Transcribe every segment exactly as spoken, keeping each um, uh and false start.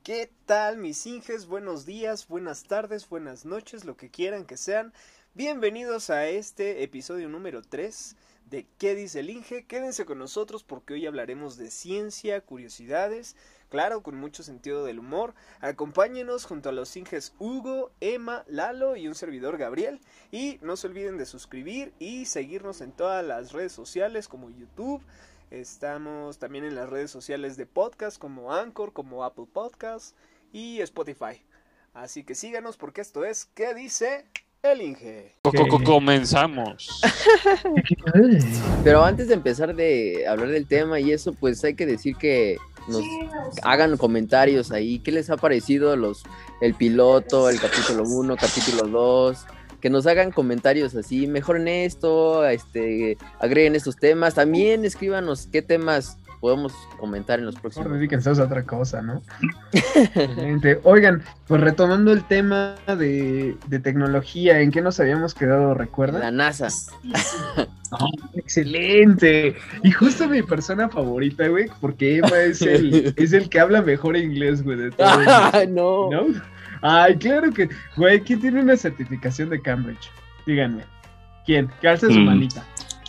¿Qué tal, mis Inges? Buenos días, buenas tardes, buenas noches, lo que quieran que sean. Bienvenidos a este episodio número tres de ¿Qué dice el Inge? Quédense con nosotros porque hoy hablaremos de ciencia, curiosidades, claro, con mucho sentido del humor. Acompáñenos junto a los Inges Hugo, Emma, Lalo y un servidor Gabriel. Y no se olviden de suscribir y seguirnos en todas las redes sociales como YouTube. Estamos también en las redes sociales de podcast como Anchor, como Apple Podcasts y Spotify. Así que síganos porque esto es ¿Qué dice el Inge? Comenzamos. Pero antes de empezar de hablar del tema y eso, pues hay que decir que nos hagan comentarios ahí. ¿Qué les ha parecido los el piloto, el capítulo uno, capítulo dos? Que nos hagan comentarios así, mejoren esto, este, agreguen estos temas. También escríbanos qué temas podemos comentar en los próximos. Por dedíquense a otra cosa, ¿no? Excelente. Oigan, pues retomando el tema de, de tecnología, ¿en qué nos habíamos quedado? ¿Recuerdan? La NASA. Oh, excelente. Y justo mi persona favorita, güey, porque Emma es el, es el que habla mejor inglés, güey, de todos. no. ¿No? Ay, claro que, güey, ¿quién tiene una certificación de Cambridge? Díganme. ¿Quién? Que alce su Mm. manita.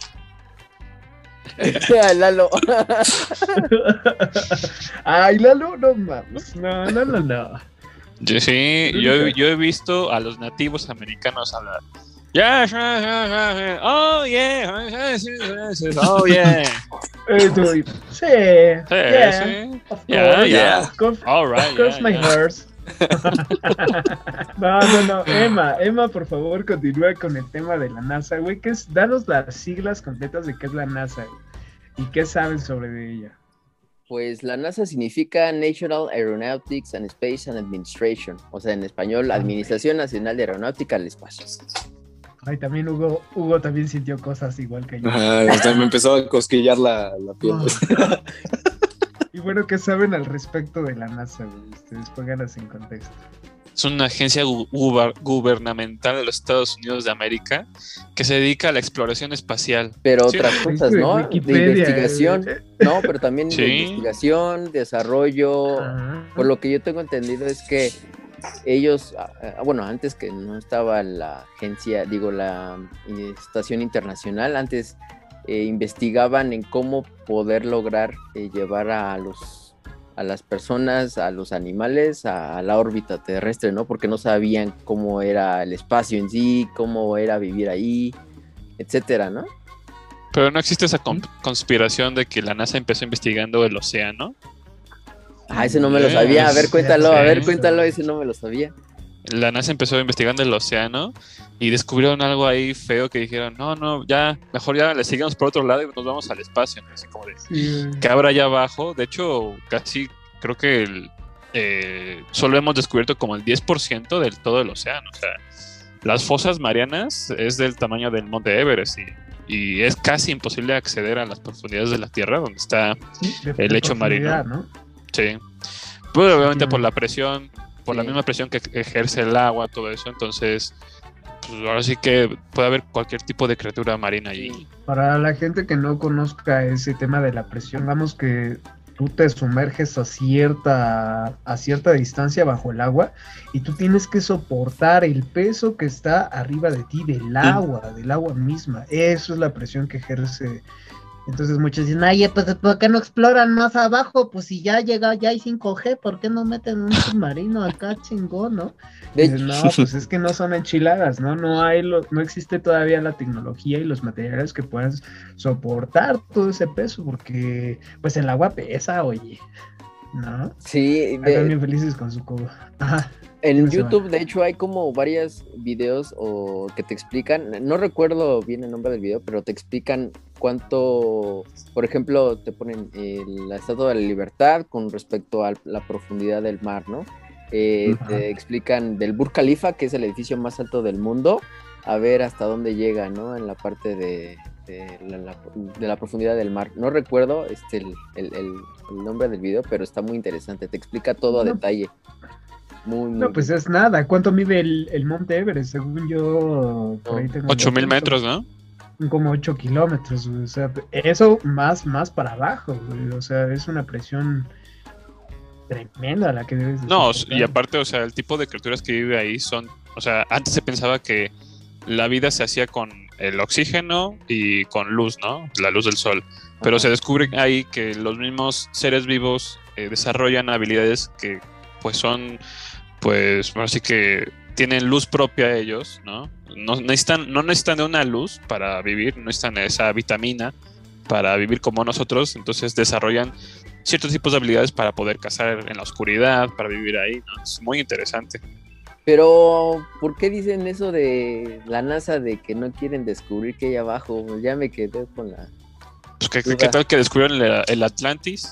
Lalo. Ay, Lalo, no mames. No, no, no, no. Yo, sí, yo, yo he visto a los nativos americanos hablar. Yeah, yeah, yeah, yeah, yeah. Oh, yeah. Yes, yes, yes. Oh, yeah. Eh, tú, sí, Sí, yeah, sí. of Yeah, course, yeah. of course, All right, of course, yeah, my yeah. horse. No, no, no, Emma, Emma, por favor, continúa con el tema de la NASA, güey, que es, danos las siglas completas de qué es la NASA, güey, y qué sabes sobre de ella. Pues la NASA significa National Aeronautics and Space and Administration, o sea, en español, Administración Nacional de Aeronáutica al Espacio. Ay, también Hugo, Hugo también sintió cosas igual que yo. Ajá, o sea, me empezó a cosquillar la, la piel. Oh. Y bueno, ¿qué saben al respecto de la NASA, güey? Ustedes pónganlas en contexto. Es una agencia gu- guber- gubernamental de los Estados Unidos de América que se dedica a la exploración espacial. Pero Sí. otras cosas, De ¿no? De Wikipedia, investigación, eh. no, pero también Sí. de investigación, desarrollo. Ajá. Por lo que yo tengo entendido es que ellos, ah, bueno, antes que no estaba la agencia, digo, la eh, estación internacional, antes eh, investigaban en cómo poder lograr eh, llevar a los a las personas, a los animales a, a la órbita terrestre, ¿no? Porque no sabían cómo era el espacio en sí, cómo era vivir ahí, etcétera, ¿no? Pero no existe esa con- conspiración de que la NASA empezó investigando el océano. Ah, ese no me lo sabía. A ver, Yes. cuéntalo, a ver, Sí. cuéntalo, ese no me lo sabía. La NASA empezó investigando el océano y descubrieron algo ahí feo que dijeron, no, no, ya, mejor ya le seguimos por otro lado y nos vamos al espacio. Así como de, Sí, güey. ¿qué habrá allá abajo? De hecho, casi creo que el, eh, solo hemos descubierto como el diez por ciento del todo el océano. O sea, las fosas marianas es del tamaño del monte Everest y, y es casi imposible acceder a las profundidades de la Tierra donde está, Sí, de- el de lecho marino. profundidad, ¿no? sí. Pero obviamente Sí. por la presión, por la Sí. misma presión que ejerce el agua, todo eso, entonces, pues ahora sí que puede haber cualquier tipo de criatura marina allí. Para la gente que no conozca ese tema de la presión, vamos que tú te sumerges a cierta, a cierta distancia bajo el agua y tú tienes que soportar el peso que está arriba de ti del agua, del agua misma. Eso es la presión que ejerce. Entonces muchos dicen, ay, pues ¿por qué no exploran más abajo? Pues si ya llega, ya hay cinco G, ¿por qué no meten un submarino acá chingón, no? De Dices, no, pues es que no son enchiladas, ¿no? No hay lo, no existe todavía la tecnología y los materiales que puedan soportar todo ese peso, porque pues el agua pesa, oye, ¿no? sí, Están de, bien felices con su cubo. Ajá. en se YouTube, de hecho, hay como varios videos o que te explican, no recuerdo bien el nombre del video, pero te explican cuánto, por ejemplo, te ponen eh, la Estatua de la Libertad con respecto a la profundidad del mar, ¿no? Eh, Ajá. te explican del Burj Khalifa, que es el edificio más alto del mundo, a ver hasta dónde llega, ¿no? En la parte de, de, la, la- de la profundidad del mar. No recuerdo este, el, el- el- el nombre del video, pero está muy interesante, te explica todo a No. detalle. Muy, muy No, pues bien. es nada. ¿Cuánto mide el, el Monte Everest? Según yo, por ahí tengo Ocho mil datos, metros, ¿no? son como ocho kilómetros, güey. O sea, eso más, más para abajo, güey. O sea, es una presión tremenda la que debes de No, soportar. y aparte, o sea, el tipo de criaturas que vive ahí son, o sea, antes se pensaba que la vida se hacía con el oxígeno y con luz, ¿no? La luz del sol. Pero Ajá. se descubre ahí que los mismos seres vivos eh, desarrollan habilidades que, pues, son, pues, así que tienen luz propia ellos, ¿no? No necesitan, no necesitan de una luz para vivir, no necesitan esa vitamina para vivir como nosotros, entonces desarrollan ciertos tipos de habilidades para poder cazar en la oscuridad, para vivir ahí, ¿no? Es muy interesante. Pero, ¿por qué dicen eso de la NASA de que no quieren descubrir qué hay abajo? Ya me quedé con la... Pues, ¿qué, Duda. qué tal que descubrieron el, el Atlantis?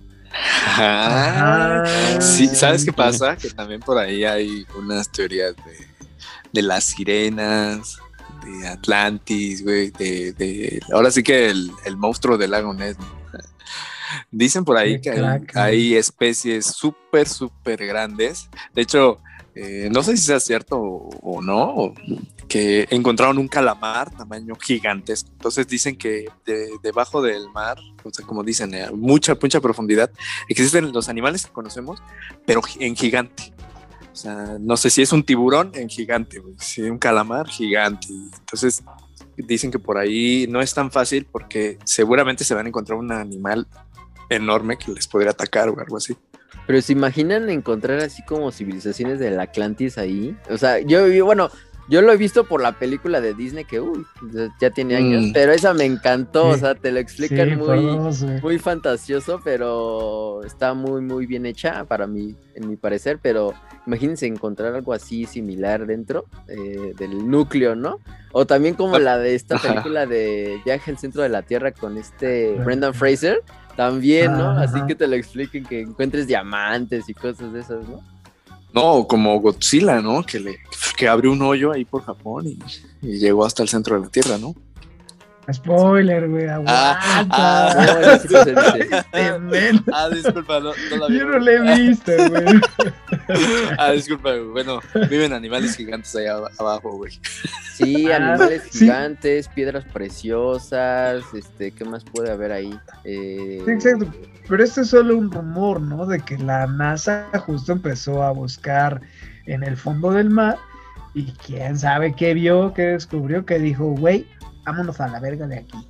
Ajá. Ah, Sí, ¿sabes qué sí. pasa? Que también por ahí hay unas teorías de, de las sirenas, de Atlantis, güey, de, de... Ahora sí que el, el monstruo del lago Ness, ¿no? Dicen por ahí Qué que hay, crack, hay especies súper, súper grandes. De hecho, eh, no sé si sea cierto o, o no, o que encontraron un calamar tamaño gigantesco. Entonces dicen que de- debajo del mar, o sea, como dicen, a mucha, mucha profundidad, existen los animales que conocemos, pero gi- en gigante. O sea, no sé si es un tiburón en gigante, güey, si un calamar gigante. Entonces dicen que por ahí no es tan fácil porque seguramente se van a encontrar un animal enorme que les podría atacar o algo así. Pero ¿se imaginan encontrar así como civilizaciones del Atlantis ahí? O sea, yo, yo, bueno, yo lo he visto por la película de Disney que, uy, ya- ya tiene años, Mm. pero esa me encantó, Sí. o sea, te lo explican Sí, por muy, dos, güey. muy fantasioso, pero está muy, muy bien hecha para mí, en mi parecer, pero imagínense encontrar algo así similar dentro eh, del núcleo, ¿no? O también como Ah, la de esta ajá. película de Viaje al Centro de la Tierra con este Claro. Brendan Fraser, también, ¿no? Ajá. Así que te lo expliquen, que encuentres diamantes y cosas de esas, ¿no? No, como Godzilla, ¿no? Que le que abrió un hoyo ahí por Japón y, y llegó hasta el centro de la Tierra, ¿no? Spoiler, güey, aguanta. ah. No, ese sí no se dice. Tremendo. Ah, disculpa, no, no la vi. Yo no lo he visto, güey. Ah, disculpa, güey. Bueno, viven animales gigantes allá ab- abajo, güey. Sí, Ah, animales sí. gigantes, piedras preciosas, este, ¿qué más puede haber ahí? Eh, Sí, exacto. Pero esto es solo un rumor, ¿no? De que la NASA justo empezó a buscar en el fondo del mar y quién sabe qué vio, qué descubrió, que dijo, güey, vámonos a la verga de aquí.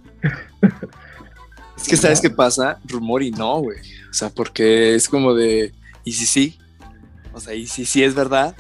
Es que, ¿sabes qué pasa? Rumor y no, güey. O sea, porque es como de, ¿y si sí? O sea, ¿y si sí es verdad?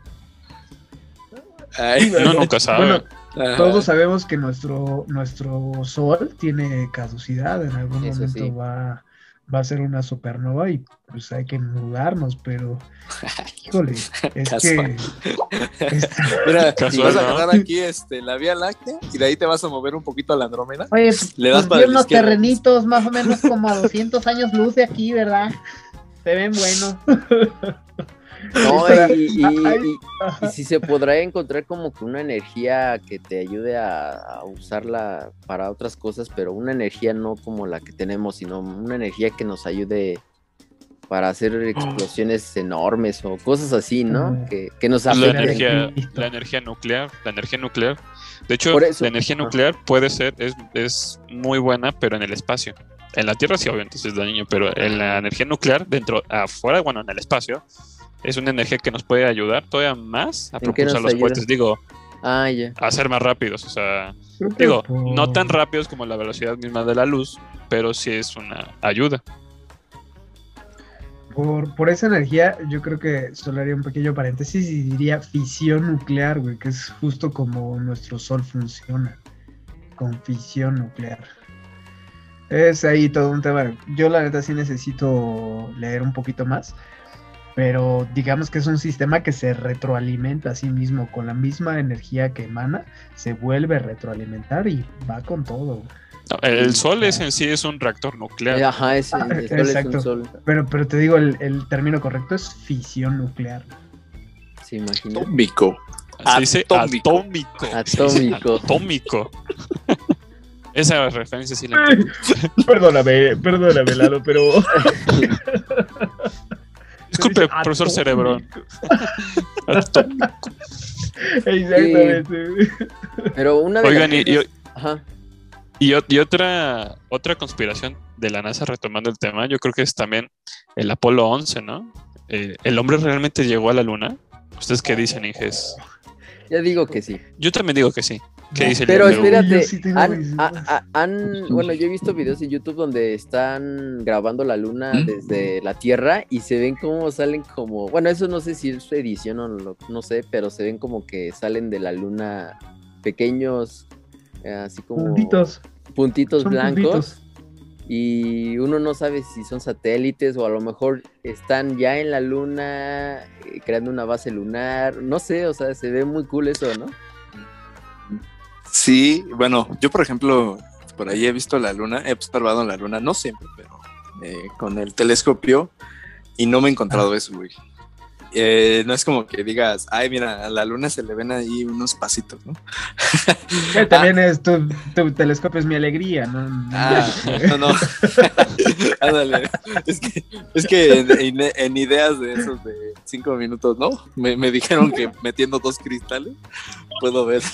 Ay, Uno nunca sabe. Bueno, ajá. todos sabemos que nuestro, nuestro Sol tiene caducidad, en algún Eso momento sí. va, va a ser una supernova y pues hay que mudarnos, pero híjole, es Casual. que es- Mira, Casual, vas a ¿no? agarrar aquí este, la Vía Láctea y de ahí te vas a mover un poquito a la Andrómeda. Oye, pues, Le das pues para vi la unos izquierda. terrenitos más o menos como a doscientos años luz de aquí, ¿verdad? Se ven buenos. No, Espera, y, y- ay, y- y si se podrá encontrar como que una energía que te ayude a, a usarla para otras cosas, pero una energía no como la que tenemos, sino una energía que nos ayude para hacer explosiones enormes o cosas así, ¿no? Mm. Que, que nos Pues la afecten. energía, Listo. la energía nuclear, la energía nuclear. De hecho, Por eso- la energía Ajá. nuclear puede ser, es, es muy buena, pero en el espacio. En la Tierra sí, obviamente, sí es dañino, pero en la energía nuclear, dentro, afuera, bueno, en el espacio, es una energía que nos puede ayudar todavía más a ¿En qué nos propulsar los ayuda? cohetes, digo, Ah, ya. a ser más rápidos. O sea, creo que digo, por- no tan rápidos como la velocidad misma de la luz, pero sí es una ayuda. Por, por esa energía, yo creo que solo haría un pequeño paréntesis y diría fisión nuclear, güey, que es justo como nuestro Sol funciona, con fisión nuclear. Es ahí todo un tema. Yo la neta sí necesito leer un poquito más, pero digamos que es un sistema que se retroalimenta a sí mismo, con la misma energía que emana, se vuelve a retroalimentar y va con todo, güey. No, el Sol es en sí es un reactor nuclear. Eh, Ajá, es, Ah, el sol es exacto. un sol. Pero, pero te digo, el, el término correcto es fisión nuclear. ¿Se imagina? Atómico. Se dice Atómico. atómico. Atómico. Atómico. Esa referencia sí la entiendo. Perdóname, perdóname, Lalo, pero. Disculpe, Dice profesor atómico. Cerebrón. Atómico. Exactamente. Pero una de Oigan, las y, y- cosas- Ajá. Y, y otra, otra conspiración de la NASA, retomando el tema, yo creo que es también el Apolo once, ¿no? Eh, ¿El hombre realmente llegó a la luna? ¿Ustedes qué dicen, Inges? Ya digo que sí. Yo también digo que sí. ¿Qué No, dice Pero Leo? espérate, Yo sí tengo han, mis a- dudas. a- han- bueno, yo he visto videos en YouTube donde están grabando la luna ¿Mm? desde la Tierra y se ven cómo salen como, bueno, eso no sé si es edición o no, no sé, pero se ven como que salen de la luna pequeños, eh, así como Puntitos. puntitos Son blancos. puntitos. Y uno no sabe si son satélites o a lo mejor están ya en la luna eh, creando una base lunar, no sé, o sea, se ve muy cool eso, ¿no? Sí, bueno, yo por ejemplo, por ahí he visto la luna, he observado la luna, no siempre, pero eh, con el telescopio y no me he encontrado eso, güey. Eh, no es como que digas, ay, mira, a la luna se le ven ahí unos pasitos, ¿no? Que también es tu, tu telescopio es mi alegría, ¿no? Ah, no, no. Ándale. Es que, es que en, en- en ideas de esos de cinco minutos, ¿no? Me, me dijeron que metiendo dos cristales puedo ver.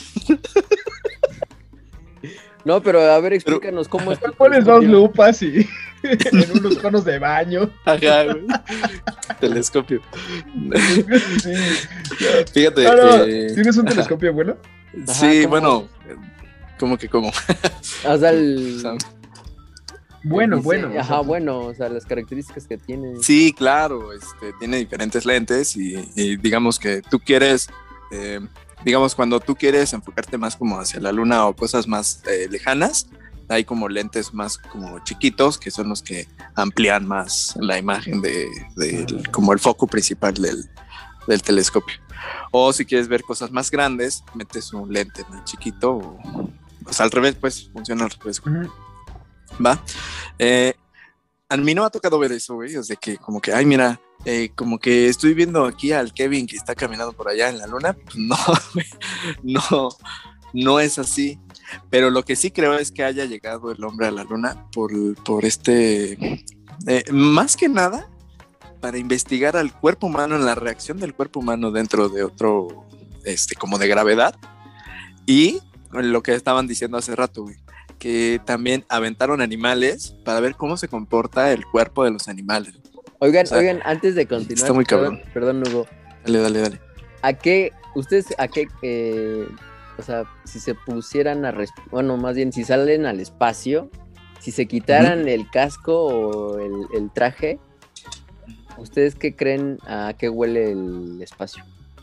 No, pero a ver, explícanos cómo es tu Pones dos telescopio. lupas y en unos conos de baño. Ajá, güey. Telescopio. Sí. Fíjate. No, no, eh, ¿tienes un telescopio bueno? sí, ¿cómo? bueno. ¿Cómo que cómo? O sea, el... O sea, Bueno, dice- bueno. o Ajá, sea, bueno, o sea, las características que tiene. sí, claro, este, tiene diferentes lentes y, y digamos que tú quieres, eh, digamos, cuando tú quieres enfocarte más como hacia la luna o cosas más eh, lejanas, hay como lentes más como chiquitos que son los que amplían más la imagen de, de- como el foco principal del, del telescopio. O si quieres ver cosas más grandes, metes un lente más chiquito o, o sea, al revés, pues funciona al revés. Ujú. ¿Va? Eh, a mí no me ha tocado ver eso, güey, o sea, que como que, ay, mira, eh, como que estoy viendo aquí al Kevin que está caminando por allá en la luna. Pues no, güey, no, no es así. Pero lo que sí creo es que haya llegado el hombre a la luna por, por este, eh, más que nada, para investigar al cuerpo humano, en la reacción del cuerpo humano dentro de otro, este, como de gravedad. Y lo que estaban diciendo hace rato, güey, que también aventaron animales para ver cómo se comporta el cuerpo de los animales. Oigan, o sea, oigan, antes de continuar, está muy perdón, cabrón. perdón, Hugo, Dale, dale, dale. ¿a qué, ustedes, a qué, eh, o sea, si se pusieran a, res- bueno, más bien, si salen al espacio, si se quitaran el casco o el, el traje, ¿ustedes qué creen a qué huele el espacio?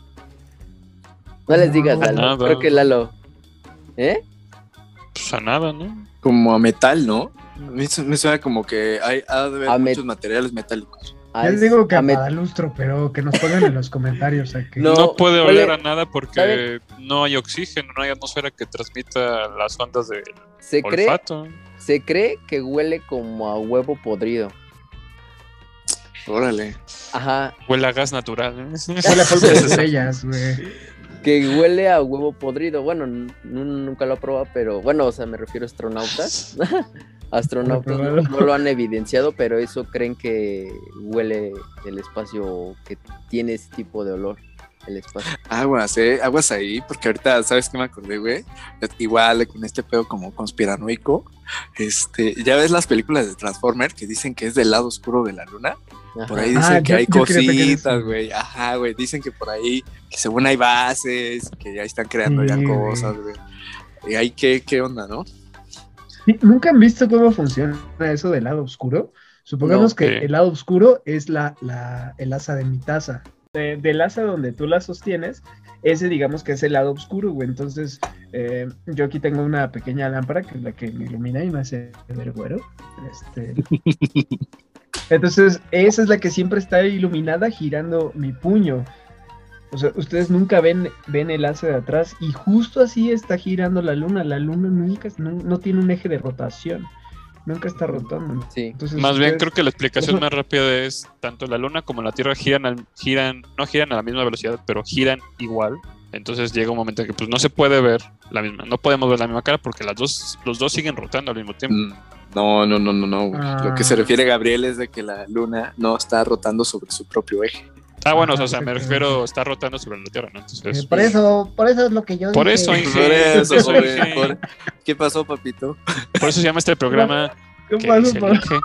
No les digas, No, Lalo, nada. creo que Lalo, ¿eh? Pues a nada, ¿no? Como a metal, ¿no? A mí se- me suena como que hay ha de haber A met- muchos materiales metálicos. Ah, Yo es- digo que a a met- Madalustro, pero que nos pongan en los comentarios a que... No, No, puede huele- oler a nada porque ¿saben? no hay oxígeno, no hay atmósfera que transmita las ondas del se cree, olfato. se cree que huele como a huevo podrido. Órale. Ajá, Huele a gas natural. ¿eh? Huele a polvo de estrellas, güey. que huele a huevo podrido. Bueno, n- n- nunca lo he probado, pero bueno, o sea, me refiero a astronautas. Astronautas no, no lo han evidenciado, pero eso creen que huele el espacio, que tiene ese tipo de olor, el espacio. Aguas, eh, aguas ahí, porque ahorita, ¿sabes qué me acordé, güey? Igual con este pedo como conspiranoico, este, ya ves las películas de Transformer que dicen que es del lado oscuro de la luna. Por ahí Ajá. dicen Ah, que yo- hay yo quería tocar cositas, eso. güey. Ajá, güey. Dicen que por ahí, que según hay bases, que ya están creando ya Sí, güey. cosas, güey. Y ahí, ¿qué, qué onda, no? Sí, ¿nunca han visto cómo funciona eso del lado oscuro? Supongamos No. que Sí. el lado oscuro es la, la, el asa de mi taza. De- del asa donde tú la sostienes, ese digamos que es el lado oscuro, güey. Entonces, eh, yo aquí tengo una pequeña lámpara que es la que me ilumina y me hace ver güero. Este... Entonces, esa es la que siempre está iluminada girando mi puño. O sea, ustedes nunca ven, ven el asa de atrás y justo así está girando la luna. La luna nunca, no, no tiene un eje de rotación. Nunca está rotando. Sí. Entonces, Más bien ustedes- creo que la explicación Eso- más rápida es tanto la luna como la Tierra giran, al- giran, no giran a la misma velocidad, pero giran igual. Entonces llega un momento en que pues no se puede ver la misma, no podemos ver la misma cara porque las dos, los dos siguen rotando al mismo tiempo. Mm, No, no, no, no, no, güey. Ah. Lo que se refiere Gabriel es de que la luna no está rotando sobre su propio eje. Ah, bueno, Ajá, o sea, me exactamente. refiero, está rotando sobre la Tierra, ¿no? Entonces, Eh, por eso, por eso es lo que yo Por dije. eso, Por Inge. eso, Eso, por- Inge. por- ¿Qué pasó, papito? por eso se llama este programa ¿Qué que pasó, dice el pa? Inge.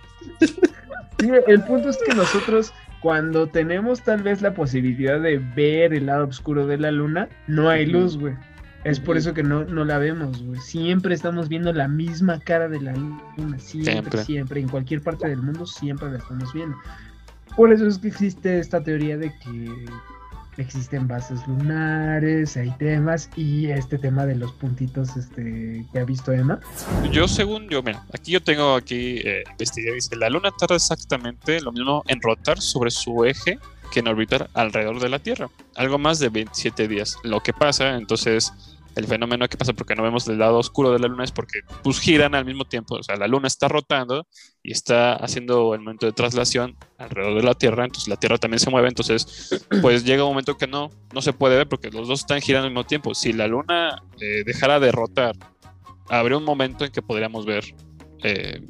Sí, el punto es que nosotros, cuando tenemos tal vez la posibilidad de ver el lado oscuro de la luna, no hay luz, güey. Es por eso que no, no la vemos, güey. Siempre estamos viendo la misma cara de la luna. Siempre, Siempre. siempre. En cualquier parte del mundo siempre la estamos viendo. Por eso es que existe esta teoría de que existen bases lunares, hay temas, y este tema de los puntitos este, que ha visto Emma. Yo, según yo, mira, aquí yo tengo aquí, eh, investigué, dice, la Luna tarda exactamente lo mismo en rotar sobre su eje que en orbitar alrededor de la Tierra. Algo más de veintisiete días. Lo que pasa, entonces, el fenómeno que pasa porque no vemos el lado oscuro de la Luna es porque pues giran al mismo tiempo. O sea, la Luna está rotando y está haciendo el momento de traslación alrededor de la Tierra, entonces la Tierra también se mueve, entonces pues llega un momento que no, no se puede ver porque los dos están girando al mismo tiempo. Si la Luna eh, dejara de rotar, habría un momento en que podríamos ver eh,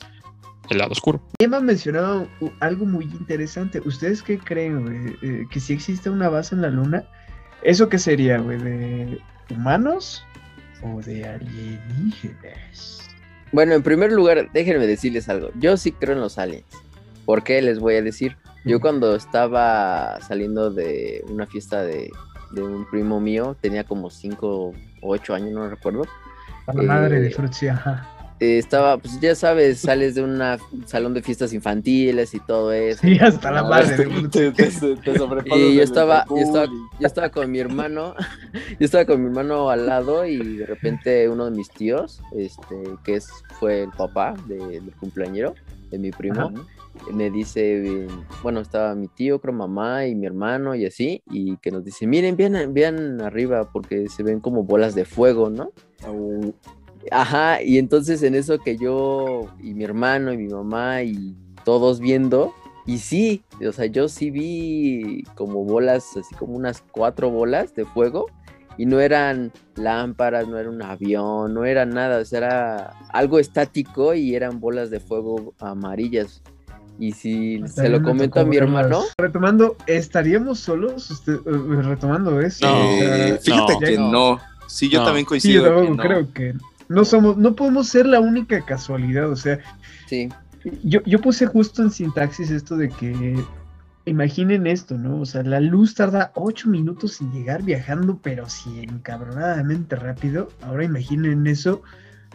el lado oscuro. Emma ha mencionado u- algo muy interesante. ¿Ustedes qué creen, güey? Eh, que si existe una base en la luna, ¿eso qué sería, güey? ¿De humanos o de alienígenas? Bueno, en primer lugar, déjenme decirles algo. Yo sí creo en los aliens. ¿Por qué? Les voy a decir. Yo cuando estaba saliendo de una fiesta de, de un primo mío, tenía como cinco o ocho años, no recuerdo. A la madre Eh, de Fruitsy, ajá. Eh, estaba, pues ya sabes, sales de un salón de fiestas infantiles y todo eso. Sí, hasta la Ah, madre de Te, Fruitsy. te, te, te sobrepasas Y yo del estaba, yo estaba, alcohol yo estaba con mi hermano, yo estaba con mi hermano al lado y de repente uno de mis tíos, este, que es, fue el papá de- del cumpleañero de mi primo, Ajá. me dice, bueno, estaba mi tío, creo mamá y mi hermano y así, y que nos dice, miren, vean, vean arriba porque se ven como bolas de fuego, ¿no? Au. Ajá, y entonces en eso que yo y mi hermano y mi mamá y todos viendo, y sí, o sea, yo sí vi como bolas, así como unas cuatro bolas de fuego, y no eran lámparas, no era un avión, no era nada, o sea, era algo estático y eran bolas de fuego amarillas. Y si se También lo me comento tocó a mi verlas. hermano, Retomando, ¿estaríamos solos? Usted- eh, retomando eso. No, o sea, Eh, fíjate no. que No. no. Sí, yo No. también sí, yo coincido. tampoco que no. creo que no somos, no podemos ser la única casualidad. O sea, sí, yo, yo puse justo en sintaxis esto de que imaginen esto, ¿no? O sea, la luz tarda ocho minutos en llegar viajando, pero sí encabronadamente rápido. Ahora imaginen eso.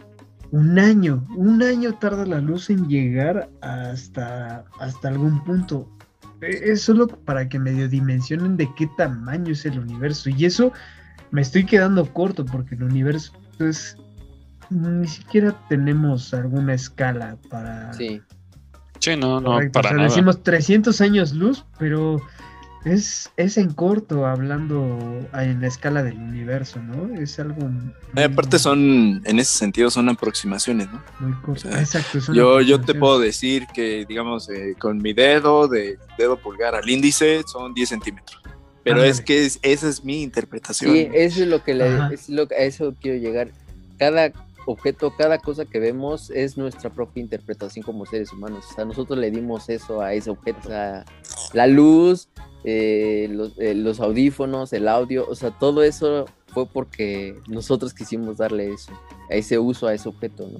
Un año, un año tarda la luz en llegar hasta, hasta algún punto. E- Es solo para que medio dimensionen de qué tamaño es el universo. Y eso me estoy quedando corto porque el universo es... Ni siquiera tenemos alguna escala para... sí. Sí, no, no, Correcto, para o sea, nada. decimos trescientos años luz, pero es, es en corto hablando en la escala del universo, ¿no? Es algo muy, Eh, aparte son, en ese sentido, son aproximaciones, ¿no? muy corto. o sea, Exacto. es una Yo, yo te aproximación. puedo decir que, digamos, eh, con mi dedo, de dedo pulgar al índice, son diez centímetros. Pero Ándale. es que es- esa es mi interpretación. Sí, eso es lo que le, Ajá. es lo, a eso quiero llegar. Cada objeto, cada cosa que vemos es nuestra propia interpretación como seres humanos. O sea, nosotros le dimos eso a ese objeto, o sea, la luz, eh, los, eh, los audífonos, el audio, o sea, todo eso fue porque nosotros quisimos darle eso, a ese uso a ese objeto, ¿no?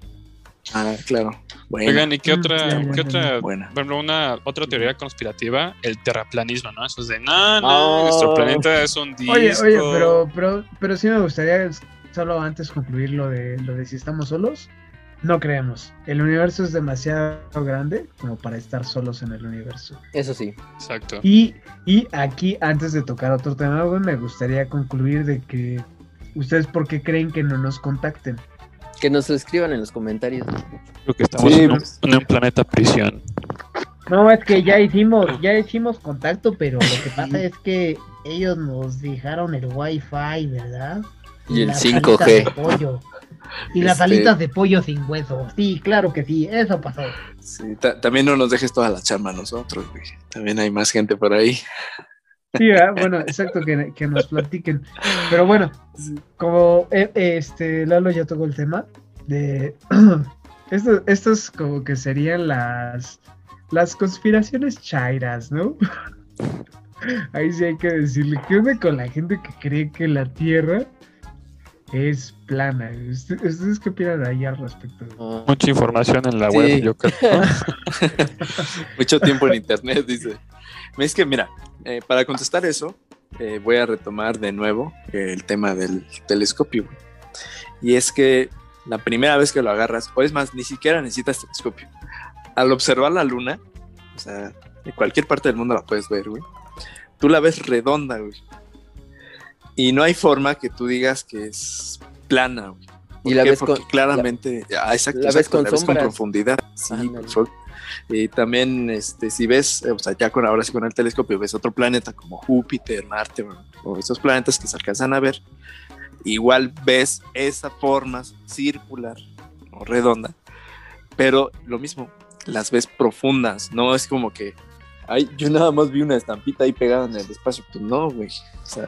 Ah, claro. Bueno, Oigan, ¿y qué Mm, otra, ya, ya, qué ya, otra, buena. por ejemplo, una otra teoría conspirativa? El terraplanismo, ¿no? Eso es de, no, no, Oh. nuestro planeta es un disco. Oye, oye, pero, pero, pero sí me gustaría solo antes concluir lo de, lo de si estamos solos. No creemos. El universo es demasiado grande como para estar solos en el universo. Eso sí. Exacto. Y, y aquí, antes de tocar otro tema, güey, me gustaría concluir de que ustedes por qué creen que no nos contacten. Que nos escriban en los comentarios. Creo que estamos Sí, en, un, en un planeta prisión. No, es que ya hicimos, ya hicimos contacto, pero lo que pasa es que ellos nos dejaron el wifi, ¿verdad? Y el las cinco G. alitas de pollo. Y las Este- alitas de pollo sin hueso. Sí, claro que sí, eso pasó. Sí, ta- también no nos dejes toda la chamba a nosotros, güey. También hay más gente por ahí. Sí, ¿verdad? Bueno, exacto, que, que nos platiquen. Pero bueno, como eh, este Lalo ya tocó el tema de esto, estas como que serían las las conspiraciones chairas, ¿no? Ahí sí hay que decirle, ¿qué onda con la gente que cree que la Tierra es plana? ¿Usted- ¿Ustedes qué opinan ahí al respecto? Ah, Mucha información en la Sí. web, yo creo. ¿no? Mucho tiempo en internet, dice. Es que, mira, eh, para contestar eso, eh, voy a retomar de nuevo eh, el tema del telescopio. güey. Y es que la primera vez que lo agarras, o es más, ni siquiera necesitas telescopio. Al observar la luna, o sea, de cualquier parte del mundo la puedes ver, güey. Tú la ves redonda, güey. Y no hay forma que tú digas que es plana, güey. ¿Por Y la qué? ves Porque con- claramente, ah, exacto, la ves exacto, con la ves con sombras. profundidad. Sí, Ándale. con sol. Y también, este, si ves, eh, o sea, ya con ahora sí con el telescopio, ves otro planeta como Júpiter, Marte, o, o esos planetas que se alcanzan a ver, igual ves esa forma circular o redonda, pero lo mismo, las ves profundas, no es como que, ay, yo nada más vi una estampita ahí pegada en el espacio, pues no, güey, o sea,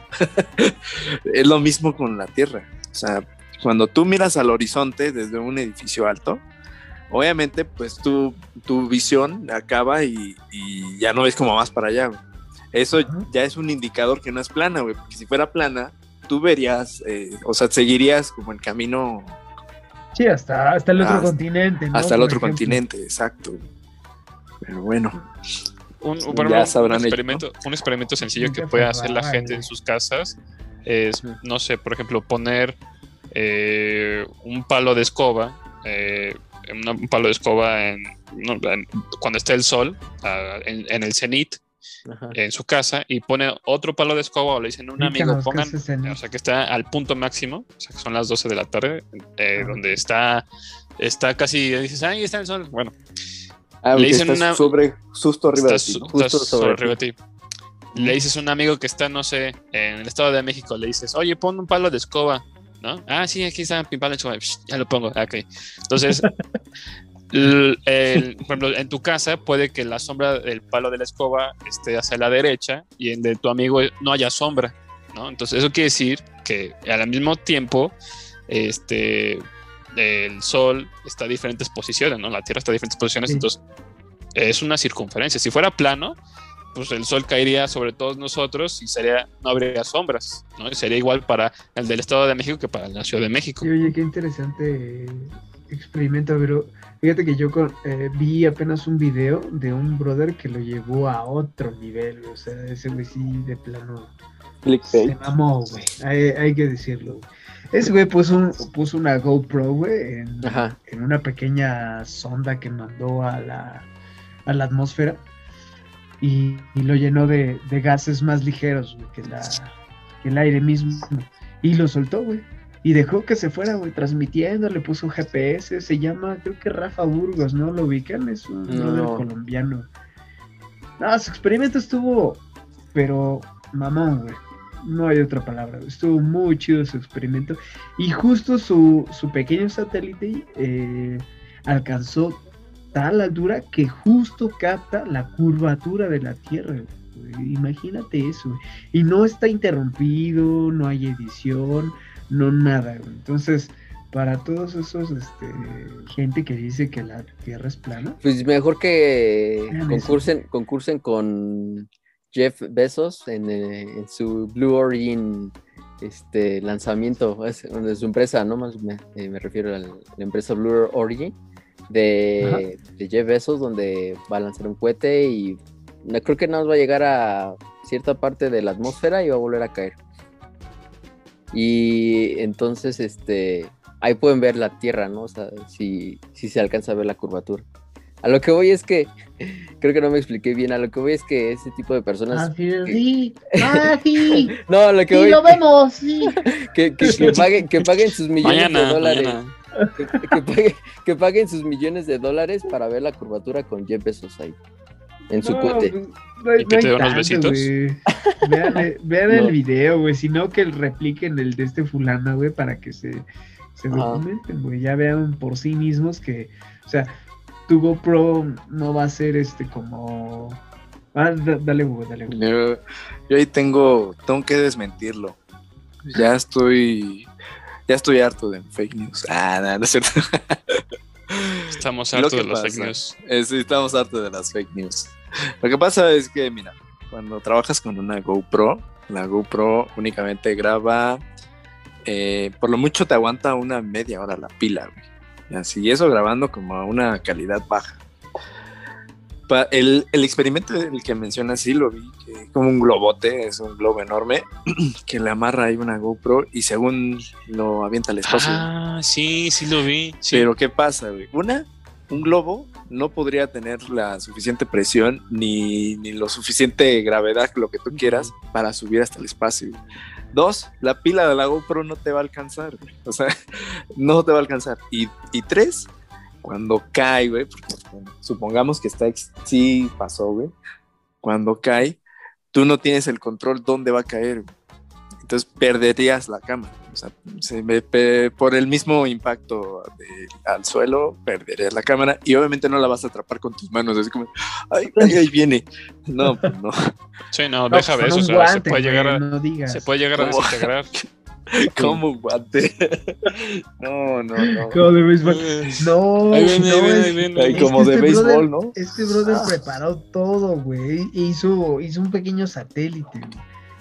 es lo mismo con la Tierra, o sea, cuando tú miras al horizonte desde un edificio alto, obviamente, pues tu, tu visión acaba y, y ya no ves como más para allá, güey. Eso Ajá. ya es un indicador que no es plana, güey, porque si fuera plana, tú verías, eh, o sea, seguirías como el camino Sí, hasta, hasta el otro Hasta- continente, ¿no? hasta el Por otro ejemplo. continente, exacto. Pero bueno, Un, Ya por ejemplo, un sabrán ellos, experimento, un experimento sencillo que Nunca puede se hacer la va, gente güey. en sus casas es, no sé, por ejemplo, poner eh, un palo de escoba, eh, una- un palo de escoba en, no, en- cuando esté el sol ah, en, en el cenit ajá. en su casa y pone otro palo de escoba o le dicen a un amigo, Explícanos qué pongan, es ese cenit. o sea, que está al punto máximo, o sea, que son las doce de la tarde, eh, Ajá. donde está, está casi, dices, ahí está el sol. Bueno, ah, Le que dicen estás una- sobre, justo arriba estás, de ti, ¿no? estás Justo sobre sobre ti. arriba de ti. Le dices a un amigo que está, no sé, en el Estado de México, le dices, oye, pon un palo de escoba, ¿no? Ah, sí, aquí está mi palo de escoba. Psh, ya lo pongo, ok. Entonces, l- el- por ejemplo, en tu casa puede que la sombra del palo de la escoba esté hacia la derecha y en de tu amigo no haya sombra, ¿no? Entonces, eso quiere decir que al mismo tiempo, este, el Sol está a diferentes posiciones, ¿no? La Tierra está a diferentes posiciones, Sí. entonces es una circunferencia. Si fuera plano, pues el sol caería sobre todos nosotros y sería, no habría sombras, ¿no? Y sería igual para el del Estado de México que para la Ciudad de México. Sí, oye, qué interesante eh, experimento, pero fíjate que yo con- eh, vi apenas un video de un brother que lo llevó a otro nivel, o sea, ese güey sí de plano se mamó, güey, hay, hay que decirlo. Güey. Ese güey puso, un, puso una GoPro, güey, en, Ajá. en una pequeña sonda que mandó a la, a la atmósfera y, y lo llenó de, de gases más ligeros, güey, que, la, que el aire mismo. Y lo soltó, güey. Y dejó que se fuera, güey, transmitiendo, le puso un G P S, se llama, creo que Rafa Burgos, ¿no? ¿Lo ubican? Es un No. brother colombiano. No, su experimento estuvo, pero mamón, güey. No hay otra palabra, güey. Estuvo muy chido su experimento. Y justo su, su pequeño satélite eh, alcanzó tal altura que justo capta la curvatura de la Tierra, güey. Imagínate eso, güey. Y no está interrumpido, no hay edición, no nada, güey. Entonces, para todos esos, este, gente que dice que la Tierra es plana, Pues mejor que Vean eso. concursen, concursen con Jeff Bezos en, eh, en su Blue Origin este lanzamiento es, de su empresa, ¿no? Más me, eh, me refiero a la, la empresa Blue Origin de, de Jeff Bezos, donde va a lanzar un cohete y no, creo que nada más va a llegar a cierta parte de la atmósfera y va a volver a caer. Y entonces, este, ahí pueden ver la Tierra, ¿no? O sea, si, si se alcanza a ver la curvatura. A lo que voy es que, creo que no me expliqué bien, a lo que voy es que ese tipo de personas... Ah, sí, sí. Ah, sí. No, a lo que Sí, voy lo vemos, sí. que, que, que paguen, que paguen sus millones Mañana, de dólares. mañana. Que, que paguen, que paguen sus millones de dólares para ver la curvatura con Jeff Bezos ahí, en su no, cohete. pues, no hay- ¿Y que no te hay dé unos tanto, besitos? güey. Vean, eh, vean No. el video, güey. Si no, que repliquen el de este fulano, güey, para que se, se Ajá. documenten, güey. Ya vean por sí mismos que, o sea, tu GoPro no va a ser este como. Ah, da- dale, güey, dale, güey. Yo, yo ahí tengo, tengo que desmentirlo. Ya estoy, ya estoy harto de fake news. Ah, no, no es cierto. Estamos Lo hartos que de los fake pasa news. es- estamos hartos de las fake news. Lo que pasa es que, mira, cuando trabajas con una GoPro, la GoPro únicamente graba, eh, por lo mucho te aguanta una media hora la pila, güey. Así, eso grabando como a una calidad baja. Pa- el, el experimento el que mencionas, sí lo vi, que como un globote, es un globo enorme, que le amarra ahí una GoPro y según lo avienta al espacio. Ah, sí, sí lo vi. Sí. Pero ¿qué pasa, güey? Una, un globo no podría tener la suficiente presión ni, ni lo suficiente gravedad, lo que tú quieras, para subir hasta el espacio, güey. Dos, la pila de la GoPro no te va a alcanzar, güey. O sea, no te va a alcanzar. Y, y tres, cuando cae, güey, porque bueno, supongamos que está, ex- sí pasó, güey. Cuando cae, tú no tienes el control dónde va a caer, güey. Entonces perderías la cámara. O sea, se me pe- por el mismo impacto de- al suelo, perderías la cámara y obviamente no la vas a atrapar con tus manos. Así como, ay, ay, ahí viene. No, pues no. Sí, no, No, deja de pues, eso. con O un sea, se guante, puede güey, llegar a, no digas. se puede llegar a ¿Cómo? desintegrar. ¿Cómo guante? No, no, no. Como de béisbol. No, Ahí viene, no, ahí viene, es- ahí viene. Ay, es como que de este béisbol, brother- ¿no? Este brother preparó todo, güey. Hizo, hizo un pequeño satélite, güey.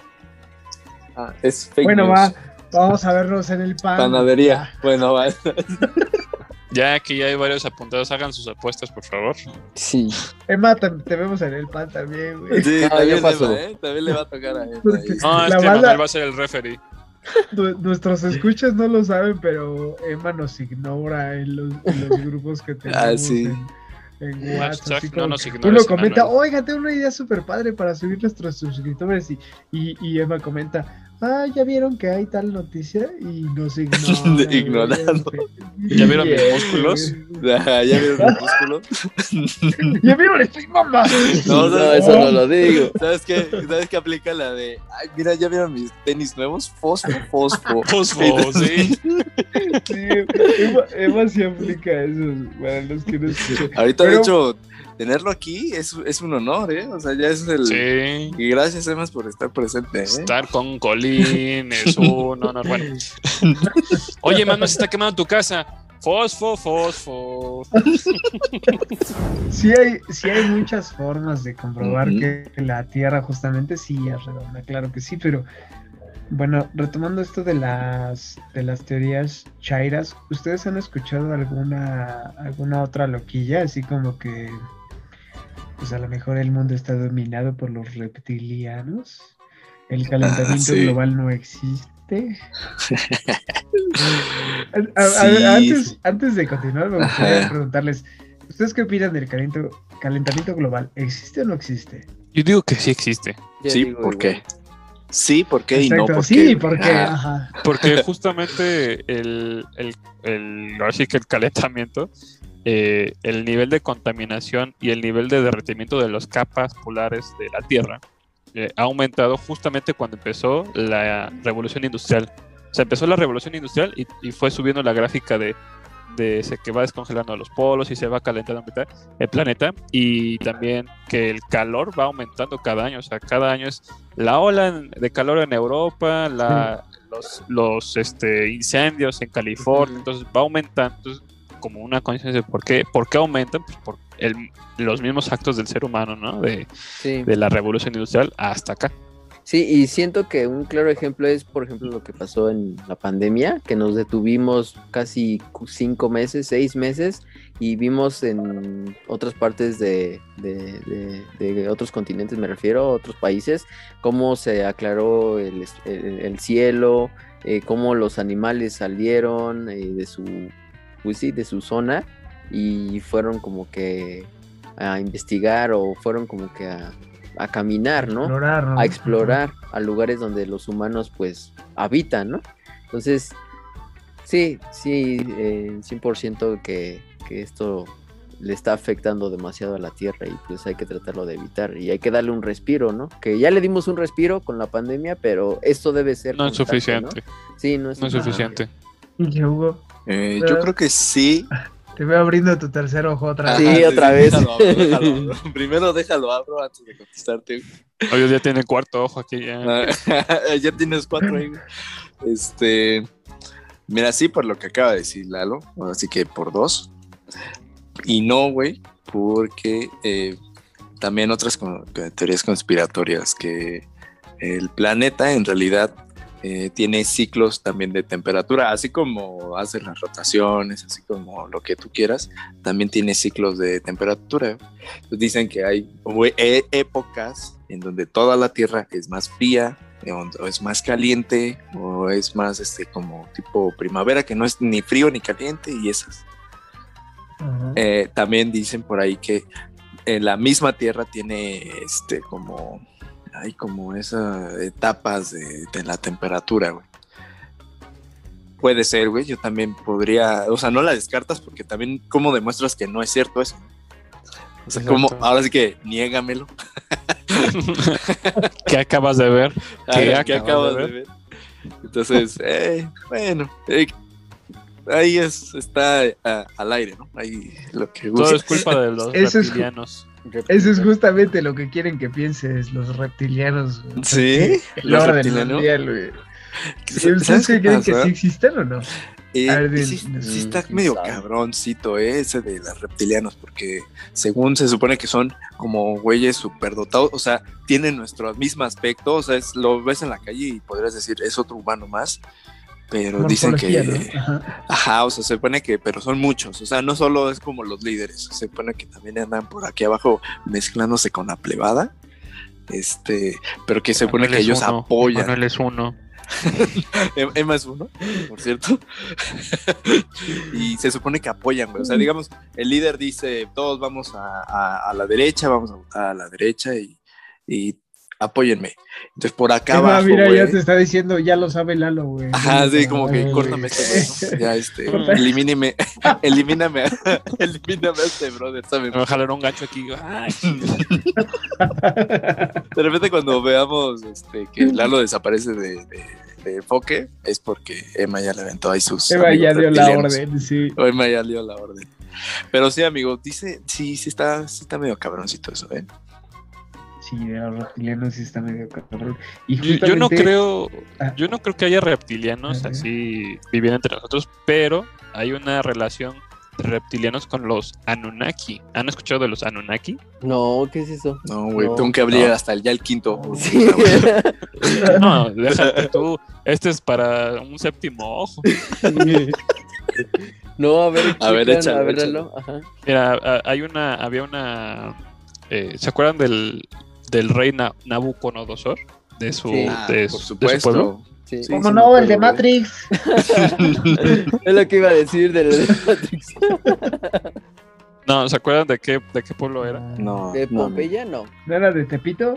Ah, es fake Bueno, news. va, vamos a vernos en el pan. Panadería. Bueno, va. Ya que ya hay varios apuntados, hagan sus apuestas, por favor. Sí. Ya. Emma, te, te vemos en el pan también, güey. Sí, No, también, ya pasó. le va, ¿eh? También le va a tocar a él. Porque- ahí. No, es La que banda- Manuel va a ser el referee. Nu- Nuestros escuchas no lo saben, pero Emma nos ignora en los, en los grupos que tenemos Ah, sí. en, en WhatsApp. Hashtag así no como nos que ignores, uno comenta, Emanuel. oigan, tengo una idea súper padre para subir nuestros suscriptores. Y, y, y Emma comenta, ah, ¿ya vieron que hay tal noticia? Y nos ignora. güey, Ignorando. ¿Ya vieron mis Bien, músculos? güey. Ah, ¿ya vieron los músculos? ¿Ya vieron? Estoy mamá. No, No, ¿sabes? eso no lo digo. ¿Sabes qué? ¿Sabes qué aplica la de, ay, mira, ¿ya vieron mis tenis nuevos? Fosfo, fosfo. Fosfo, sí. Sí, Emma, Emma sí aplica eso para los que no escuchan. Ahorita, de Pero- hecho, tenerlo aquí es, es un honor, ¿eh? O sea, ya es el... Sí. Y gracias, Emma, por estar presente, ¿eh? Estar con Colín es un honor. Bueno. Oye, Manuel, se está quemando tu casa. Fosfo, fosfo. Sí hay, sí hay muchas formas de comprobar Ujú. que la Tierra justamente sí es redonda, claro que sí, pero bueno, retomando esto de las de las teorías chairas, ¿ustedes han escuchado alguna alguna otra loquilla? Así como que pues a lo mejor el mundo está dominado por los reptilianos, el calentamiento Ah, sí. global no existe. A- a- a- Sí. antes, antes de continuar, me gustaría Ajá. preguntarles, ¿ustedes qué opinan del calento- calentamiento global? ¿Existe o no existe? Yo digo que sí existe. Yo Sí, digo ¿por qué? igual. Sí, ¿por qué? Y no, Exacto, ¿por sí, qué? porque, Ah, ajá. Porque justamente el, el, el, ahora sí que el calentamiento, eh, el nivel de contaminación y el nivel de derretimiento de las capas polares de la Tierra eh, ha aumentado justamente cuando empezó la revolución industrial. O sea, empezó la revolución industrial y, y fue subiendo la gráfica de, de se que va descongelando los polos y se va calentando el planeta, y también que el calor va aumentando cada año. O sea, cada año es la ola en- de calor en Europa, la, los, los este, incendios en California, Ujú. entonces va aumentando. Entonces, como una conciencia de por qué, por qué aumentan, pues por el, los mismos actos del ser humano, ¿no? De, Sí. de la revolución industrial hasta acá. Sí, y siento que un claro ejemplo es, por ejemplo, lo que pasó en la pandemia, que nos detuvimos casi cu- cinco meses, seis meses, y vimos en otras partes de, de- de- de otros continentes, me refiero, otros países, cómo se aclaró el, es- el- el cielo, eh, cómo los animales salieron eh, de su, pues sí, de su zona y fueron como que a investigar o fueron como que a, a caminar, ¿no? Explorar, ¿no? A explorar a lugares donde los humanos pues habitan, ¿no? Entonces, sí, sí, eh, cien por ciento que, que esto le está afectando demasiado a la Tierra y pues hay que tratarlo de evitar y hay que darle un respiro, ¿no? Que ya le dimos un respiro con la pandemia, pero esto debe ser No es constante, suficiente. ¿no? Sí, no es No es suficiente. Pinche Hugo, eh, yo creo que sí. te veo abriendo tu tercer ojo otra Sí, vez. Ajá, otra vez. Déjalo, abro, déjalo, abro. Primero déjalo abro antes de contestarte. Hoy ya tiene el cuarto ojo aquí ya. Ah, ya tienes cuatro ahí, güey. Este, mira, sí, por lo que acaba de decir Lalo, así que por dos. Y no, güey, porque eh, también otras con, teorías conspiratorias, que el planeta en realidad eh, tiene ciclos también de temperatura, así como hace las rotaciones, así como lo que tú quieras, también tiene ciclos de temperatura. Entonces dicen que hay e- épocas en donde toda la Tierra es más fría, o es más caliente, o es más este como tipo primavera, que no es ni frío ni caliente, y esas. Ajá. Eh, también dicen por ahí que en la misma Tierra tiene este como hay como esas etapas de, de la temperatura, güey. Puede ser, güey, yo también podría, o sea, no la descartas, porque también cómo demuestras que no es cierto eso. O sea, como, Exacto. ahora sí que niégamelo. ¿Qué acabas de ver? ¿Qué Ah, ¿qué acabas de ver? Entonces, eh, bueno, eh, ahí es, está ah, al aire, ¿no? Ahí lo que Todo gusta. es culpa de los Eso es- reptilianos. Eso es justamente lo que quieren que pienses los reptilianos. Güey. Sí, El los orden reptilianos. mundial, güey. ¿Sabes ¿Ustedes qué qué creen que pasa? sí existen o no? Eh, A ver, y din- sí, din- sí está Mm, medio sabe. cabroncito, eh, ese de los reptilianos, porque según se supone que son como güeyes superdotados, o sea, tienen nuestro mismo aspecto, o sea, es, lo ves en la calle y podrías decir, es otro humano más, pero dicen Morfología, que, ¿no? Ajá. ajá, o sea, se supone que, pero son muchos, o sea, no solo es como los líderes, se supone que también andan por aquí abajo mezclándose con la plebada, este, pero que se supone Manuel que es ellos uno, apoyan. Manuel es uno. Em- Emma es uno, por cierto. Y se supone que apoyan, güey. O sea, digamos, el líder dice, todos vamos a, a- a la derecha, vamos a votar a la derecha y, y apóyenme. Entonces, por acá Emma, abajo, mira, ya güey. te está diciendo, ya lo sabe Lalo, güey. Ajá, sí, Dile, como que güey. córtame este güey, ¿no? Ya, este, Corta. elimíneme, elimíname, elimíname a este brother, ¿sabes? Me va a jalar un gancho aquí. Ay, De repente cuando veamos este, que Lalo desaparece de, de, de enfoque, es porque Emma ya le aventó ahí sus Emma ya amigos dio la reptilianos. orden, sí. O Emma ya dio la orden. Pero sí, amigo, dice, sí, sí está, sí está medio cabroncito eso, ¿eh? Sí, de los reptilianos sí está medio cabrón. Y Yo, yo no justamente- creo, Ah. yo no creo que haya reptilianos Ajá. así viviendo entre nosotros, pero hay una relación de reptilianos con los Anunnaki. ¿Han escuchado de los Anunnaki? No, ¿qué es eso? No, güey, No, tengo que abrir no. hasta el, ya el quinto. Sí. No, déjate tú. Este es para un séptimo ojo. No, a ver, A ver, explican, échalo, a ver, échalo. Lalo, ajá. Mira, a- hay una, había una, eh, ¿se acuerdan del, del rey Na- Nabucodonosor? De su, Sí. Ah, de, por su- de su pueblo. supuesto. Sí. Sí, ¿Cómo sí no? me El de acuerdo, güey. Matrix. Es lo que iba a decir de, de Matrix. No, ¿se acuerdan de qué, de qué pueblo era? No, De no, Pompeya, no. ¿No era de Tepito?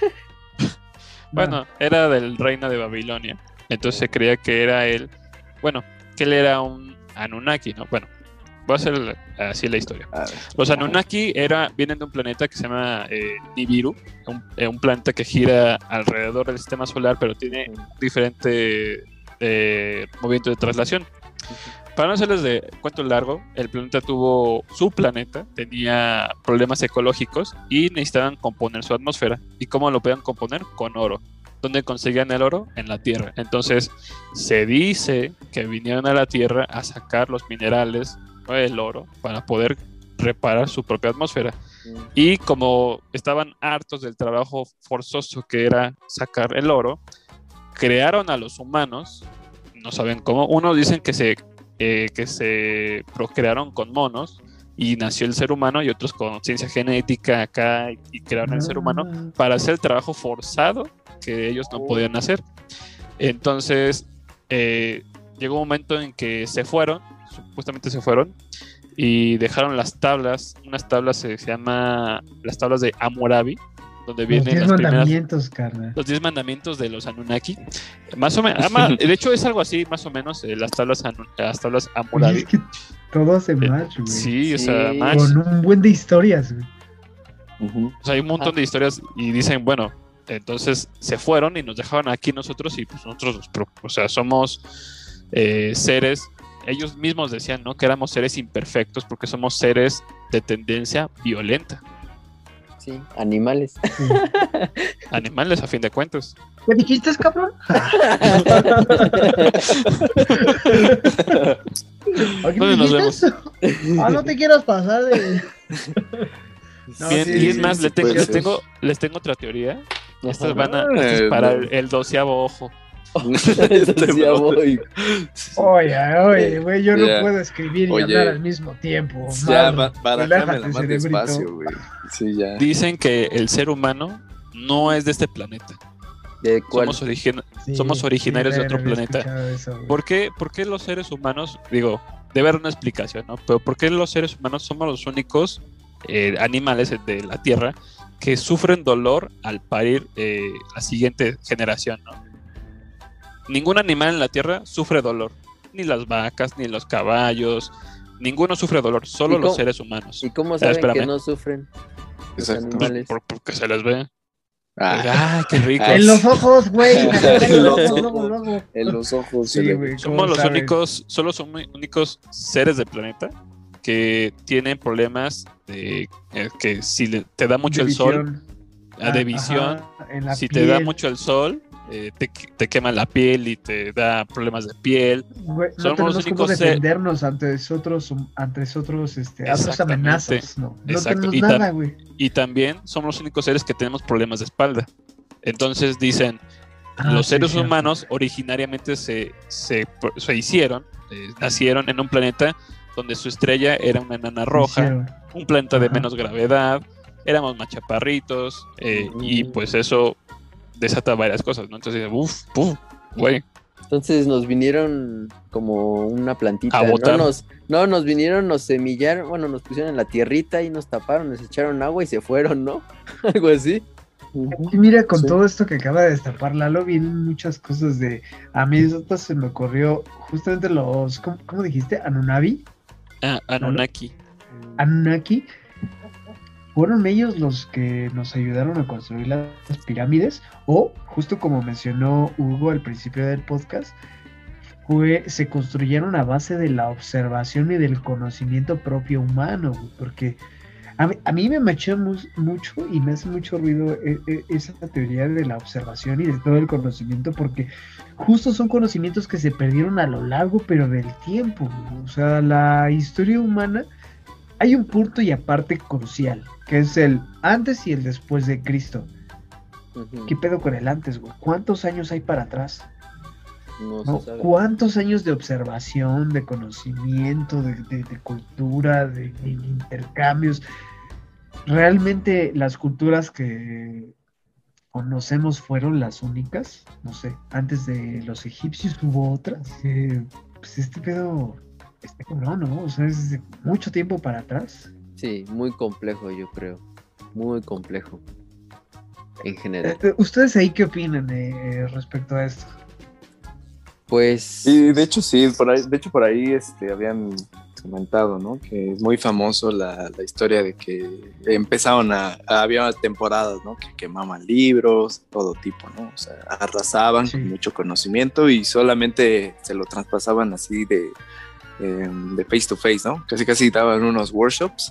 Bueno, era del reino de Babilonia. Entonces se creía que era él, bueno, que él era un Anunnaki, ¿no? Bueno, voy a hacer así la historia. A ver. Los Anunnaki era, vienen de un planeta que se llama eh, Nibiru, un, eh, un planeta que gira alrededor del sistema solar, pero tiene diferente eh, movimiento de traslación. Para no hacerles de cuento largo, el planeta tuvo su planeta, tenía problemas ecológicos y necesitaban componer su atmósfera. ¿Y cómo lo podían componer? Con oro. ¿Dónde conseguían el oro? En la Tierra. Entonces, se dice que vinieron a la Tierra a sacar los minerales, ¿no? El oro, para poder reparar su propia atmósfera. Y como estaban hartos del trabajo forzoso que era sacar el oro, crearon a los humanos, no saben cómo, unos dicen que se, eh, que se procrearon con monos y nació el ser humano, y otros con ciencia genética acá y, y crearon el ser humano Ah. para hacer el trabajo forzado que ellos no podían hacer. Entonces, eh, llegó un momento en que se fueron, supuestamente se fueron, y dejaron las tablas, unas tablas se, se llama las tablas de Hammurabi, donde Los vienen diez las primeras, mandamientos, carnal. los diez mandamientos de los Anunnaki. Más o menos, de hecho es algo así, más o menos, eh, las tablas Anu- las tablas Oye, Hammurabi. es que todo hace match, güey. Sí, o Sí. sea, match. Con un buen de historias, güey. Ujú. O sea, hay un montón de historias y dicen, bueno, entonces se fueron y nos dejaron aquí nosotros y pues nosotros, nos pro- o sea, somos eh, seres, ellos mismos decían, ¿no? Que éramos seres imperfectos porque somos seres de tendencia violenta, Sí, animales. animales a fin de cuentas. ¿Qué dijiste, cabrón? ¿A qué ¿Dónde me nos dijiste? Ah, no te quieras pasar de. No, Bien, sí, y es sí, más, sí les, tengo, puede les, ser. tengo, les tengo otra teoría. Estas Ajá. van a estas es Eh, para no. el, el doceavo ojo. Entonces ya voy. Oye, oye, Eh, güey, yo no ya. puedo escribir y Oye, hablar al mismo tiempo. Ya, Mal, ba- barájamela relájate, más cerebrito. despacio, güey. Sí, ya. Dicen que el ser humano no es de este planeta. ¿De cuál? Somos, origin- Sí, somos originarios sí, de otro había planeta. escuchado eso, güey. ¿Por qué, por qué los seres humanos, digo, debe haber una explicación, ¿no? Pero ¿por qué los seres humanos somos los únicos eh, animales de la Tierra que sufren dolor al parir eh, la siguiente generación, ¿no? Ningún animal en la Tierra sufre dolor. Ni las vacas, ni los caballos. Ninguno sufre dolor, solo ¿Y los cómo- seres humanos. ¿Y cómo Ah, saben que espérame. no sufren los Exacto. animales? Por- porque se les ve. Ah, ¡Ay, qué rico! Ah, En los ojos, güey. en En los los ojos, ojos. luego, luego. en los ojos se Sí, le- güey. Somos ¿cómo los sabes? únicos, solo somos únicos seres del planeta que tienen problemas de eh, que si le- te da mucho De el sol, visión. ah, de Ah, visión, ajá, en la si te da piel. mucho el sol, eh, te, te quema la piel y te da problemas de piel. Güey, no somos tenemos los cómo únicos se- defendernos ante otros, ante otros, este, otras Exactamente. amenazas. No, no Exacto. tenemos Y tam- nada, güey. Y también somos los únicos seres que tenemos problemas de espalda. Entonces dicen, Ah, los sí, seres cierto. humanos originariamente se, se, se hicieron, eh, nacieron en un planeta donde su estrella era una enana roja, Hicieron. un planeta de Ajá. menos gravedad, éramos más chaparritos, eh, y Mm. pues eso desata varias cosas, ¿no? Entonces, uff, puf, güey, Entonces nos vinieron como una plantita. A No botar. nos, no, nos vinieron, nos semillaron, bueno, nos pusieron en la tierrita y nos taparon, nos echaron agua y se fueron, ¿no? Algo así. Ujú. Y mira, con Sí. todo esto que acaba de destapar Lalo, vienen muchas cosas de... A mí esto se me ocurrió justamente los... ¿Cómo, cómo dijiste? ¿Anunnaki? ah, Anunnaki. Anunnaki. ¿Fueron ellos los que nos ayudaron a construir las pirámides? O, justo como mencionó Hugo al principio del podcast, fue, se construyeron a base de la observación y del conocimiento propio humano, güey, porque a mí, a mí me machea mu- mucho y me hace mucho ruido eh, eh, esa teoría de la observación y de todo el conocimiento, porque justo son conocimientos que se perdieron a lo largo, pero del tiempo, güey. O sea, la historia humana, hay un punto y aparte crucial, que es el antes y el después de Cristo. Ujú. ¿Qué pedo con el antes, güey? ¿Cuántos años hay para atrás? No, ¿No? se sabe. ¿Cuántos años de observación, de conocimiento, de, de- de cultura, de, de intercambios? ¿Realmente las culturas que conocemos fueron las únicas? No sé, antes de los egipcios hubo otras. Eh, pues este pedo, este cabrón, ¿no? O sea, es de mucho tiempo para atrás. Sí, muy complejo, yo creo. Muy complejo. En general. Eh, eh, ¿Ustedes ahí qué opinan eh, respecto a esto? Pues. Y de hecho sí, por ahí, de hecho por ahí este, habían comentado, ¿no? Que es muy famoso la, la historia de que empezaron a, había temporadas, ¿no? Que quemaban libros, todo tipo, ¿no? O sea, arrasaban Sí. con mucho conocimiento y solamente se lo traspasaban así de, eh, de face to face, ¿no? Casi casi daban unos workshops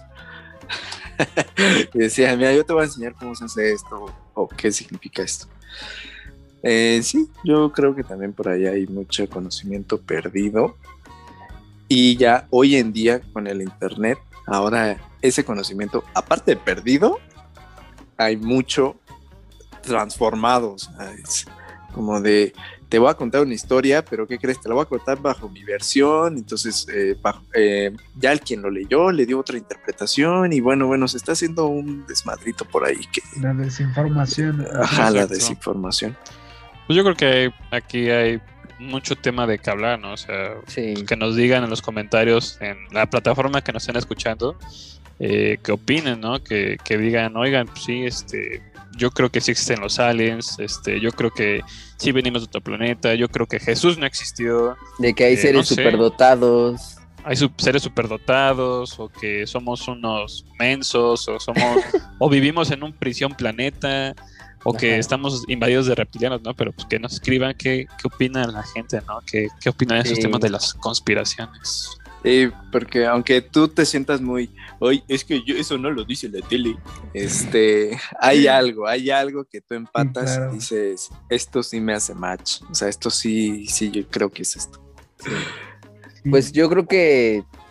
y decían, mira, yo te voy a enseñar cómo se hace esto o qué significa esto. Eh, sí, yo creo que también por ahí hay mucho conocimiento perdido y ya hoy en día con el internet, ahora ese conocimiento, aparte de perdido, hay mucho transformado, o sea, es como de, te voy a contar una historia, pero ¿qué crees? Te la voy a contar bajo mi versión, entonces eh, bajo, eh, ya el quien lo leyó le dio otra interpretación y bueno, bueno, se está haciendo un desmadrito por ahí que... La desinformación. Ajá, la Exacto. desinformación. Pues yo creo que aquí hay mucho tema de que hablar, ¿no? O sea, Sí. que nos digan en los comentarios en la plataforma que nos estén escuchando, eh, que opinen, ¿no? Que, que digan, oigan, pues sí, este, yo creo que sí existen los aliens, este, yo creo que sí venimos de otro planeta, yo creo que Jesús no existió, De que hay Eh, seres no sé. superdotados. hay su- seres superdotados, o que somos unos mensos, o somos, o vivimos en un prisión planeta, o que Ajá. estamos invadidos de reptilianos, ¿no? Pero pues que nos escriban qué, qué opina la gente, ¿no? ¿Qué, qué opinan de esos Sí. temas de las conspiraciones? Sí, porque aunque tú te sientas muy, oye, es que yo eso no lo dice la tele, este, hay algo, hay algo que tú empatas claro. y dices, esto sí me hace match, o sea, esto sí, sí, yo creo que es esto. Pues yo creo que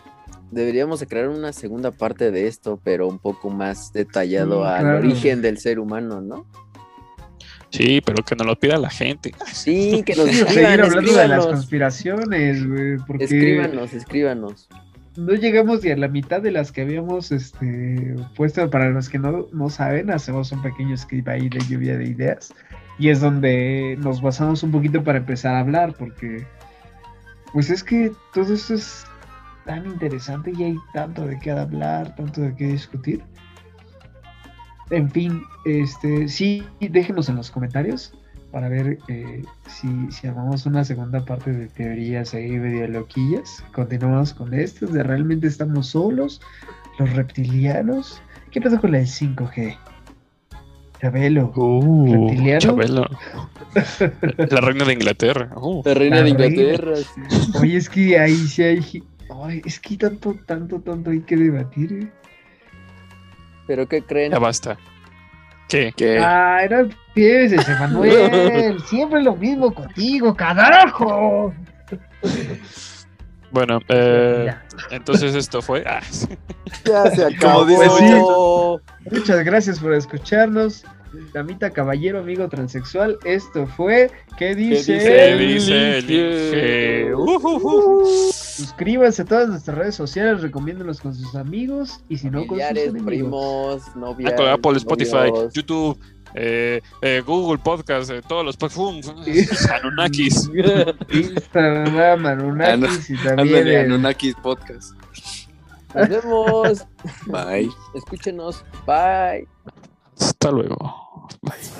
deberíamos de crear una segunda parte de esto, pero un poco más detallado Sí, al claro. origen del ser humano, ¿no? Sí, pero que nos lo pida la gente. Sí, que nos Sí, o seguir escriban, hablando de las escríbanos, conspiraciones, güey, porque escríbanos, escríbanos. no llegamos ni a la mitad de las que habíamos este, puesto. Para los que no, no saben, hacemos un pequeño script ahí de lluvia de ideas. Y es donde nos basamos un poquito para empezar a hablar, porque pues es que todo esto es tan interesante y hay tanto de qué hablar, tanto de qué discutir. En fin, este, sí, déjenos en los comentarios para ver eh, si, si armamos una segunda parte de teorías ahí medio loquillas. Continuamos con estas de realmente estamos solos, los reptilianos. ¿Qué pasa con la del cinco G? Chabelo. Uh, ¿Reptiliano? Chabelo. La reina de Inglaterra. Uh. La reina La de reina. Inglaterra. Sí. Oye, es que ahí sí hay... Ay, es que hay tanto, tanto, tanto hay que debatir, eh. ¿Pero qué creen? Ya basta. ¿Qué? Que Ah, era el pie ese, Manuel. Siempre lo mismo contigo, carajo. Bueno, eh, Ya. entonces esto fue. Ah, sí. Ya se acabó. Como dice muchachos. Muchas gracias por escucharnos. Damita, caballero, amigo transexual. Esto fue ¿Qué dice? ¿Qué dice el Inge? Ujujuju. Suscríbanse a todas nuestras redes sociales, recomiéndonos con sus amigos y si no con sus Familiares, enemigos. primos, novias. Apple, Apple, Spotify, novios. YouTube, eh, eh, Google Podcast, eh, todos los podcasts. Anunnakis. Instagram, Anunnakis y también ándale, el- Anunnakis Podcast. Nos vemos. Bye. Escúchenos. Bye. Hasta luego. Bye.